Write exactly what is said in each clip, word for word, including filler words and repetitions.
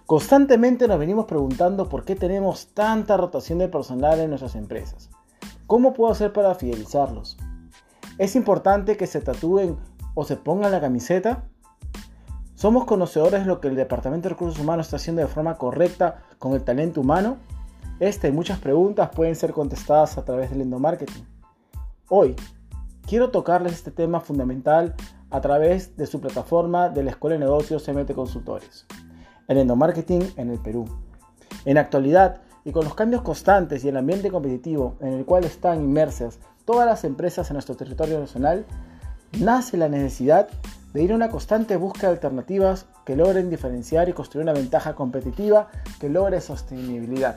Constantemente nos venimos preguntando por qué tenemos tanta rotación de personal en nuestras empresas. ¿Cómo puedo hacer para fidelizarlos? ¿Es importante que se tatúen o se pongan la camiseta? ¿Somos conocedores de lo que el Departamento de Recursos Humanos está haciendo de forma correcta con el talento humano? Esta y muchas preguntas pueden ser contestadas a través del endomarketing. Hoy quiero tocarles este tema fundamental a través de su plataforma de la Escuela de Negocios M T Consultores, el endomarketing en el Perú. En la actualidad, y con los cambios constantes y el ambiente competitivo en el cual están inmersas todas las empresas en nuestro territorio nacional, nace la necesidad de ir a una constante búsqueda de alternativas que logren diferenciar y construir una ventaja competitiva que logre sostenibilidad.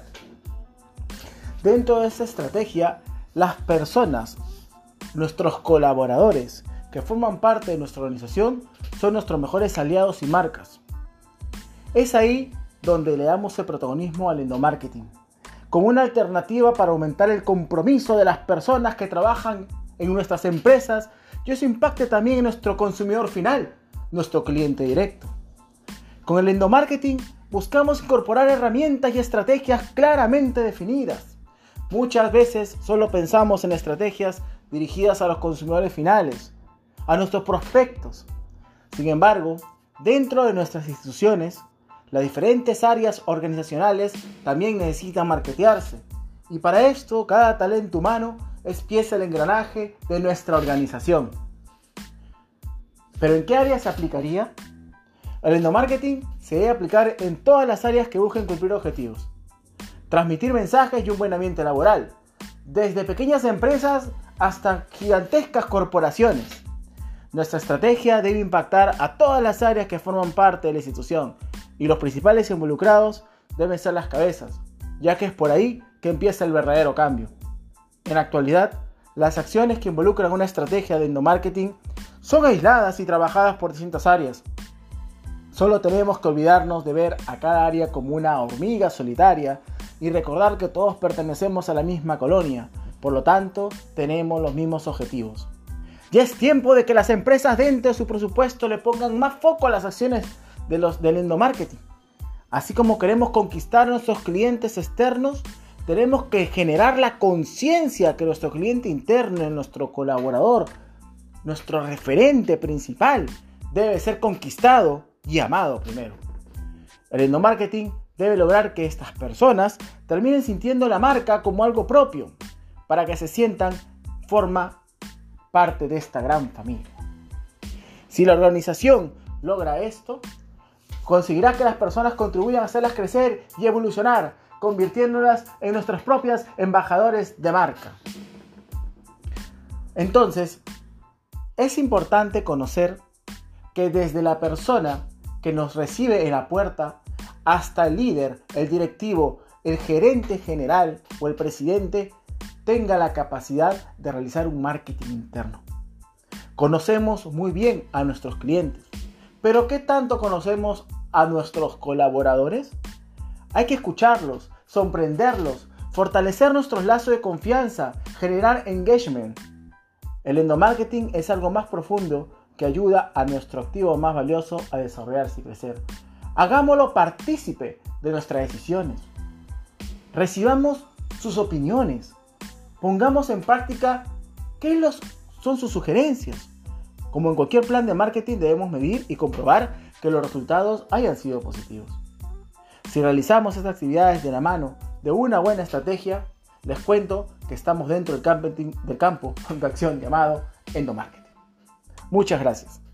Dentro de esta estrategia, las personas, nuestros colaboradores que forman parte de nuestra organización, son nuestros mejores aliados y marcas. Es ahí donde le damos el protagonismo al endomarketing, como una alternativa para aumentar el compromiso de las personas que trabajan en nuestras empresas y eso impacte también en nuestro consumidor final, nuestro cliente directo. Con el endomarketing buscamos incorporar herramientas y estrategias claramente definidas. Muchas veces solo pensamos en estrategias dirigidas a los consumidores finales, a nuestros prospectos. Sin embargo, dentro de nuestras instituciones, las diferentes áreas organizacionales también necesitan marketearse. Y para esto, cada talento humano es pieza del engranaje de nuestra organización. ¿Pero en qué área se aplicaría? El endomarketing se debe aplicar en todas las áreas que busquen cumplir objetivos. Transmitir mensajes y un buen ambiente laboral, desde pequeñas empresas hasta gigantescas corporaciones. Nuestra estrategia debe impactar a todas las áreas que forman parte de la institución y los principales involucrados deben ser las cabezas, ya que es por ahí que empieza el verdadero cambio. En la actualidad, las acciones que involucran una estrategia de endomarketing son aisladas y trabajadas por distintas áreas. Solo tenemos que olvidarnos de ver a cada área como una hormiga solitaria y recordar que todos pertenecemos a la misma colonia, por lo tanto, tenemos los mismos objetivos. Ya es tiempo de que las empresas dentro de su presupuesto le pongan más foco a las acciones de los, del endomarketing. Así como queremos conquistar a nuestros clientes externos, tenemos que generar la conciencia que nuestro cliente interno, nuestro colaborador, nuestro referente principal, debe ser conquistado y amado primero. El endomarketing debe lograr que estas personas terminen sintiendo la marca como algo propio, para que se sientan forma parte de esta gran familia. Si la organización logra esto, conseguirá que las personas contribuyan a hacerlas crecer y evolucionar, convirtiéndolas en nuestras propias embajadores de marca. Entonces, es importante conocer que desde la persona que nos recibe en la puerta hasta el líder, el directivo, el gerente general o el presidente tenga la capacidad de realizar un marketing interno. Conocemos muy bien a nuestros clientes, pero ¿qué tanto conocemos a nuestros colaboradores? Hay que escucharlos, sorprenderlos, fortalecer nuestros lazos de confianza, generar engagement. El endomarketing es algo más profundo que ayuda a nuestro activo más valioso a desarrollarse y crecer. Hagámoslo partícipe de nuestras decisiones. Recibamos sus opiniones. Pongamos en práctica qué los, son sus sugerencias. Como en cualquier plan de marketing debemos medir y comprobar que los resultados hayan sido positivos. Si realizamos estas actividades de la mano de una buena estrategia, les cuento que estamos dentro del, del campo de acción llamado endomarketing. Muchas gracias.